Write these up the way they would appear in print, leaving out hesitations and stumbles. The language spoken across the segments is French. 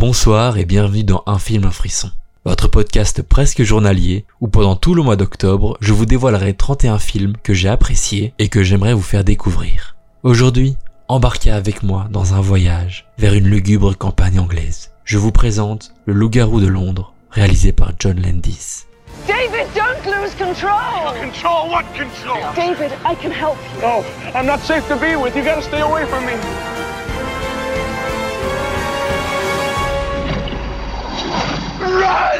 Bonsoir et bienvenue dans Un film, un frisson, votre podcast presque journalier où pendant tout le mois d'octobre, je vous dévoilerai 31 films que j'ai appréciés et que j'aimerais vous faire découvrir. Aujourd'hui, embarquez avec moi dans un voyage vers une lugubre campagne anglaise. Je vous présente Le Loup-garou de Londres, réalisé par John Landis. David, don't lose control! Control? What control? David, I can help you. No, I'm not safe to be with. You gotta stay away from me. Run!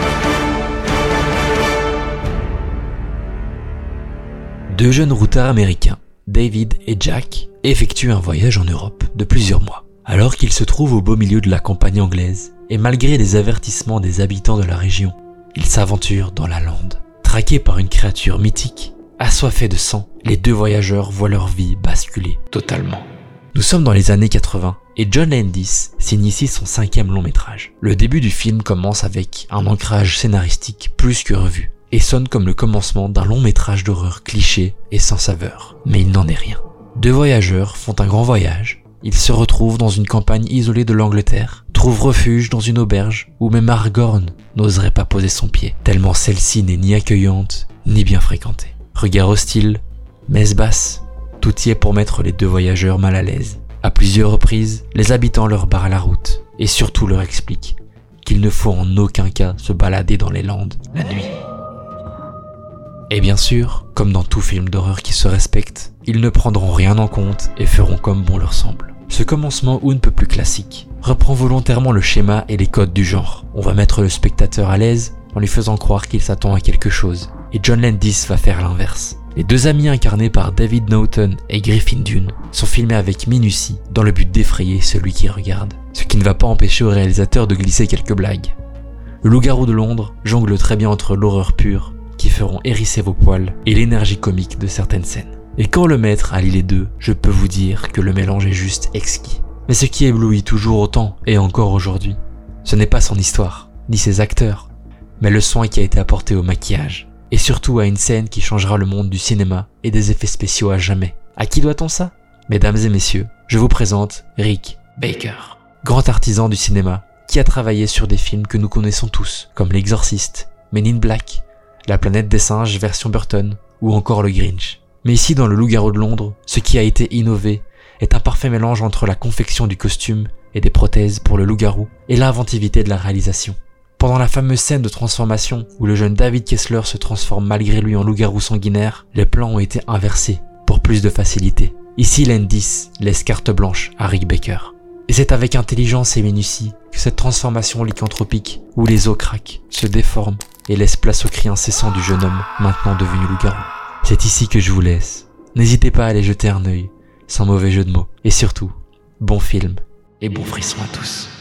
Deux jeunes routards américains, David et Jack, effectuent un voyage en Europe de plusieurs mois. Alors qu'ils se trouvent au beau milieu de la campagne anglaise, et malgré les avertissements des habitants de la région, ils s'aventurent dans la lande. Traqués par une créature mythique, assoiffés de sang, les deux voyageurs voient leur vie basculer totalement. Nous sommes dans les années 80 et John Landis signe ici son 5e long métrage. Le début du film commence avec un ancrage scénaristique plus que revu et sonne comme le commencement d'un long métrage d'horreur cliché et sans saveur. Mais il n'en est rien. Deux voyageurs font un grand voyage. Ils se retrouvent dans une campagne isolée de l'Angleterre, trouvent refuge dans une auberge où même Aragorn n'oserait pas poser son pied, tellement celle-ci n'est ni accueillante ni bien fréquentée. Regard hostile, messe basse, tout y est pour mettre les deux voyageurs mal à l'aise. À plusieurs reprises, les habitants leur barrent la route et surtout leur expliquent qu'il ne faut en aucun cas se balader dans les landes la nuit. Et bien sûr, comme dans tout film d'horreur qui se respecte, ils ne prendront rien en compte et feront comme bon leur semble. Ce commencement ou ne peut plus classique reprend volontairement le schéma et les codes du genre. On va mettre le spectateur à l'aise en lui faisant croire qu'il s'attend à quelque chose. Et John Landis va faire l'inverse. Les deux amis incarnés par David Naughton et Griffin Dunne sont filmés avec minutie dans le but d'effrayer celui qui regarde. Ce qui ne va pas empêcher au réalisateur de glisser quelques blagues. Le Loup-garou de Londres jongle très bien entre l'horreur pure qui feront hérisser vos poils et l'énergie comique de certaines scènes. Et quand le maître allie les deux, je peux vous dire que le mélange est juste exquis. Mais ce qui éblouit toujours autant, et encore aujourd'hui, ce n'est pas son histoire, ni ses acteurs, mais le soin qui a été apporté au maquillage, et surtout à une scène qui changera le monde du cinéma et des effets spéciaux à jamais. À qui doit-on ça ? Mesdames et messieurs, je vous présente Rick Baker, grand artisan du cinéma, qui a travaillé sur des films que nous connaissons tous, comme L'Exorciste, Men in Black, La planète des singes version Burton, ou encore Le Grinch. Mais ici dans Le Loup-garou de Londres, ce qui a été innové est un parfait mélange entre la confection du costume et des prothèses pour le loup-garou et l'inventivité de la réalisation. Pendant la fameuse scène de transformation où le jeune David Kessler se transforme malgré lui en loup-garou sanguinaire, les plans ont été inversés pour plus de facilité. Ici Landis laisse carte blanche à Rick Baker. Et c'est avec intelligence et minutie que cette transformation lycanthropique où les os craquent, se déforment et laissent place au cri incessant du jeune homme maintenant devenu loup-garou. C'est ici que je vous laisse. N'hésitez pas à aller jeter un œil, sans mauvais jeu de mots. Et surtout, bon film et bon frisson à tous.